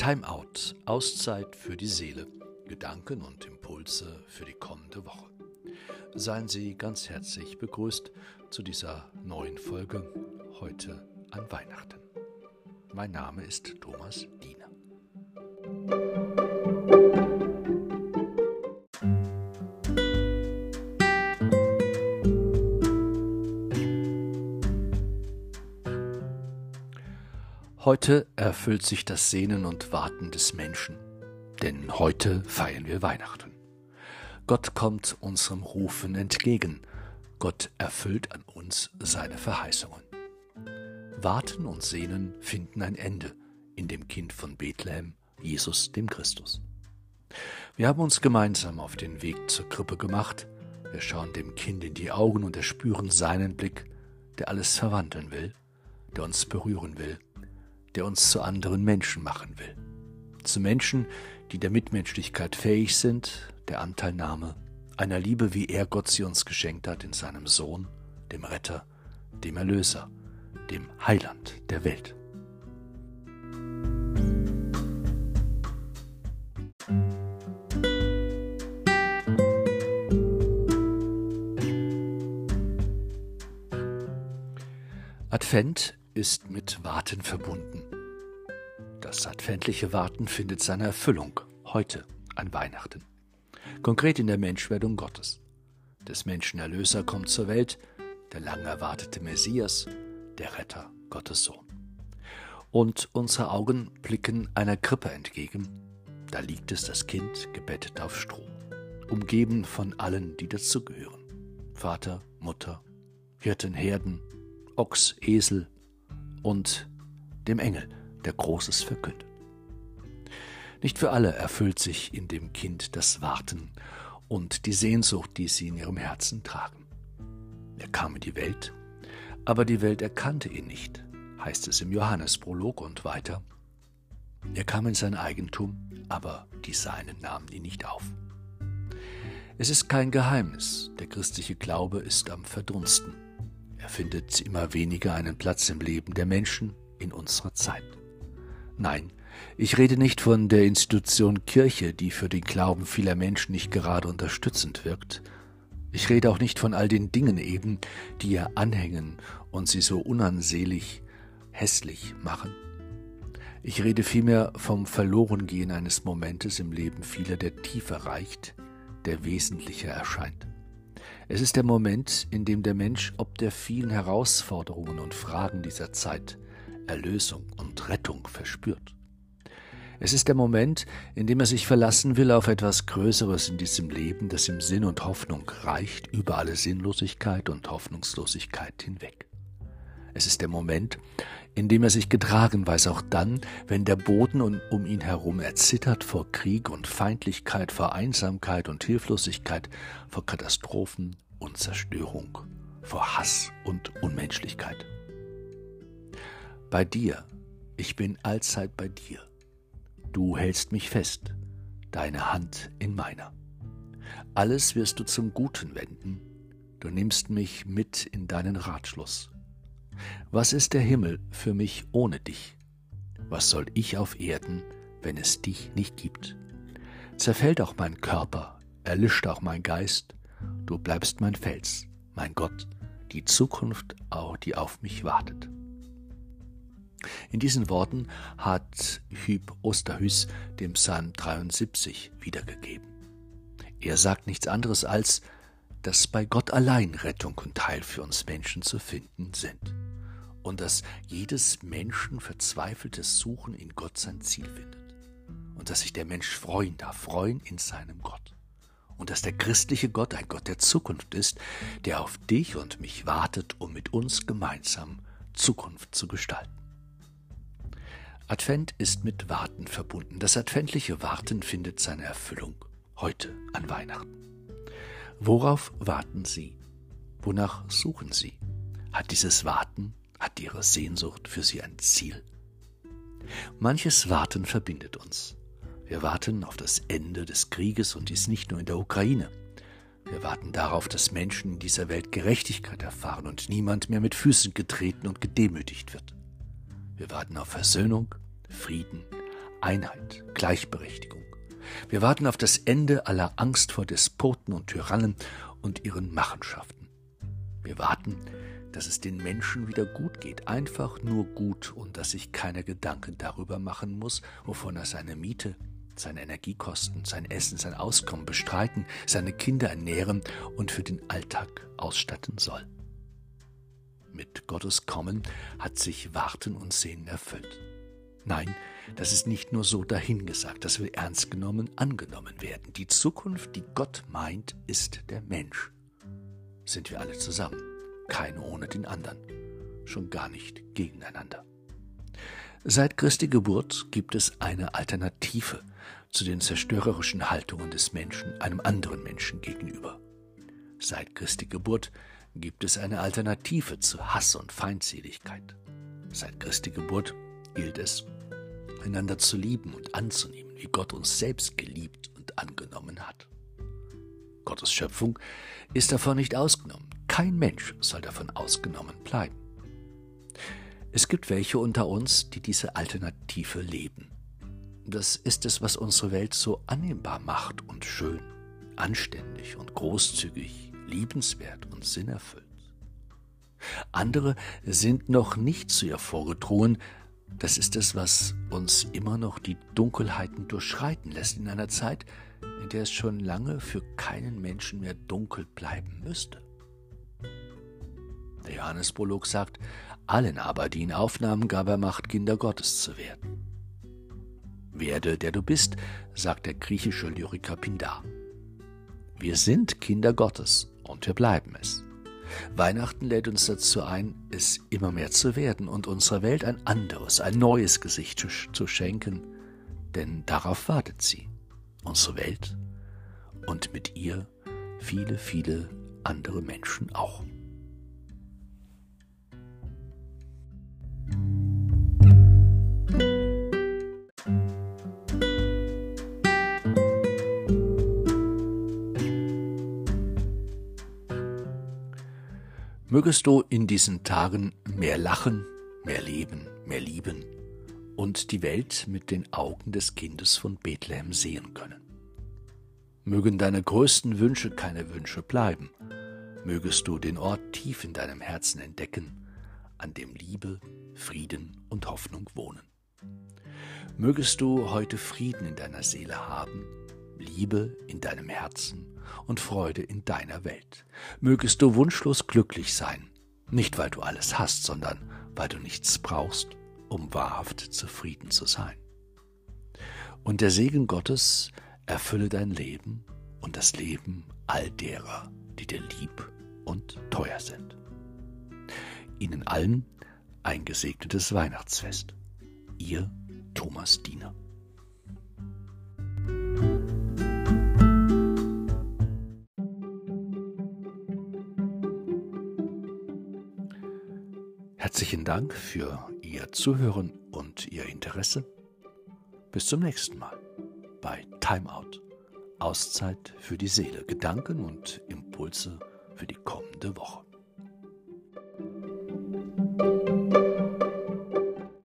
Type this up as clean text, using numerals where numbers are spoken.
Timeout, Auszeit für die Seele, Gedanken und Impulse für die kommende Woche. Seien Sie ganz herzlich begrüßt zu dieser neuen Folge heute an Weihnachten. Mein Name ist Thomas Diener. Heute erfüllt sich das Sehnen und Warten des Menschen, denn heute feiern wir Weihnachten. Gott kommt unserem Rufen entgegen, Gott erfüllt an uns seine Verheißungen. Warten und Sehnen finden ein Ende in dem Kind von Bethlehem, Jesus dem Christus. Wir haben uns gemeinsam auf den Weg zur Krippe gemacht, wir schauen dem Kind in die Augen und erspüren seinen Blick, der alles verwandeln will, der uns berühren will, der uns zu anderen Menschen machen will. Zu Menschen, die der Mitmenschlichkeit fähig sind, der Anteilnahme, einer Liebe, wie er Gott sie uns geschenkt hat in seinem Sohn, dem Retter, dem Erlöser, dem Heiland der Welt. Advent ist mit Warten verbunden. Das adventliche Warten findet seine Erfüllung heute an Weihnachten. Konkret in der Menschwerdung Gottes. Des Menschen Erlöser kommt zur Welt, der lang erwartete Messias, der Retter, Gottes Sohn. Und unsere Augen blicken einer Krippe entgegen. Da liegt es, das Kind, gebettet auf Stroh, umgeben von allen, die dazugehören. Vater, Mutter, Hirten, Herden, Ochs, Esel und dem Engel, der Großes verkündet. Nicht für alle erfüllt sich in dem Kind das Warten und die Sehnsucht, die sie in ihrem Herzen tragen. Er kam in die Welt, aber die Welt erkannte ihn nicht, heißt es im Johannesprolog und weiter. Er kam in sein Eigentum, aber die Seinen nahmen ihn nicht auf. Es ist kein Geheimnis, der christliche Glaube ist am Verdunsten. Er findet immer weniger einen Platz im Leben der Menschen in unserer Zeit. Nein, ich rede nicht von der Institution Kirche, die für den Glauben vieler Menschen nicht gerade unterstützend wirkt. Ich rede auch nicht von all den Dingen eben, die ihr anhängen und sie so unansehlich, hässlich machen. Ich rede vielmehr vom Verlorengehen eines Momentes im Leben vieler, der tiefer reicht, der wesentlicher erscheint. Es ist der Moment, in dem der Mensch ob der vielen Herausforderungen und Fragen dieser Zeit Erlösung und Rettung verspürt. Es ist der Moment, in dem er sich verlassen will auf etwas Größeres in diesem Leben, das ihm Sinn und Hoffnung reicht, über alle Sinnlosigkeit und Hoffnungslosigkeit hinweg. Es ist der Moment, in dem er sich getragen weiß, auch dann, wenn der Boden um ihn herum erzittert vor Krieg und Feindlichkeit, vor Einsamkeit und Hilflosigkeit, vor Katastrophen und Zerstörung, vor Hass und Unmenschlichkeit. Bei dir, ich bin allzeit bei dir. Du hältst mich fest, deine Hand in meiner. Alles wirst du zum Guten wenden, du nimmst mich mit in deinen Ratschluss. Was ist der Himmel für mich ohne dich? Was soll ich auf Erden, wenn es dich nicht gibt? Zerfällt auch mein Körper, erlischt auch mein Geist, du bleibst mein Fels, mein Gott, die Zukunft, die auf mich wartet. In diesen Worten hat Huub Oosterhuis dem Psalm 73 wiedergegeben. Er sagt nichts anderes als, dass bei Gott allein Rettung und Heil für uns Menschen zu finden sind und dass jedes Menschen verzweifeltes Suchen in Gott sein Ziel findet und dass sich der Mensch freuen darf, freuen in seinem Gott und dass der christliche Gott ein Gott der Zukunft ist, der auf dich und mich wartet, um mit uns gemeinsam Zukunft zu gestalten. Advent ist mit Warten verbunden. Das adventliche Warten findet seine Erfüllung heute an Weihnachten. Worauf warten Sie? Wonach suchen Sie? Hat dieses Warten, hat Ihre Sehnsucht für Sie ein Ziel? Manches Warten verbindet uns. Wir warten auf das Ende des Krieges und dies nicht nur in der Ukraine. Wir warten darauf, dass Menschen in dieser Welt Gerechtigkeit erfahren und niemand mehr mit Füßen getreten und gedemütigt wird. Wir warten auf Versöhnung, Frieden, Einheit, Gleichberechtigung. Wir warten auf das Ende aller Angst vor Despoten und Tyrannen und ihren Machenschaften. Wir warten, dass es den Menschen wieder gut geht, einfach nur gut, und dass sich keiner Gedanken darüber machen muss, wovon er seine Miete, seine Energiekosten, sein Essen, sein Auskommen bestreiten, seine Kinder ernähren und für den Alltag ausstatten soll. Mit Gottes Kommen hat sich Warten und Sehnen erfüllt. Nein, das ist nicht nur so dahingesagt, dass wir ernst genommen angenommen werden. Die Zukunft, die Gott meint, ist der Mensch. Sind wir alle zusammen, keiner ohne den anderen, schon gar nicht gegeneinander. Seit Christi Geburt gibt es eine Alternative zu den zerstörerischen Haltungen des Menschen einem anderen Menschen gegenüber. Seit Christi Geburt gibt es eine Alternative zu Hass und Feindseligkeit. Seit Christi Geburt gilt es, einander zu lieben und anzunehmen, wie Gott uns selbst geliebt und angenommen hat. Gottes Schöpfung ist davon nicht ausgenommen. Kein Mensch soll davon ausgenommen bleiben. Es gibt welche unter uns, die diese Alternative leben. Das ist es, was unsere Welt so annehmbar macht und schön, anständig und großzügig, liebenswert und sinnerfüllt. Andere sind noch nicht zu ihr vorgedrungen. Das ist es, was uns immer noch die Dunkelheiten durchschreiten lässt in einer Zeit, in der es schon lange für keinen Menschen mehr dunkel bleiben müsste. Der Johannesprolog sagt, allen aber, die ihn aufnahmen, gab er Macht, Kinder Gottes zu werden. Werde, der du bist, sagt der griechische Lyriker Pindar. Wir sind Kinder Gottes und wir bleiben es. Weihnachten lädt uns dazu ein, es immer mehr zu werden und unserer Welt ein anderes, ein neues Gesicht zu schenken, denn darauf wartet sie, unsere Welt, und mit ihr viele, viele andere Menschen auch. Mögest du in diesen Tagen mehr lachen, mehr leben, mehr lieben und die Welt mit den Augen des Kindes von Bethlehem sehen können. Mögen deine größten Wünsche keine Wünsche bleiben. Mögest du den Ort tief in deinem Herzen entdecken, an dem Liebe, Frieden und Hoffnung wohnen. Mögest du heute Frieden in deiner Seele haben, Liebe in deinem Herzen und Freude in deiner Welt. Mögest du wunschlos glücklich sein, nicht weil du alles hast, sondern weil du nichts brauchst, um wahrhaft zufrieden zu sein. Und der Segen Gottes erfülle dein Leben und das Leben all derer, die dir lieb und teuer sind. Ihnen allen ein gesegnetes Weihnachtsfest. Ihr Thomas Diener. Herzlichen Dank für Ihr Zuhören und Ihr Interesse. Bis zum nächsten Mal bei Timeout. Auszeit für die Seele, Gedanken und Impulse für die kommende Woche.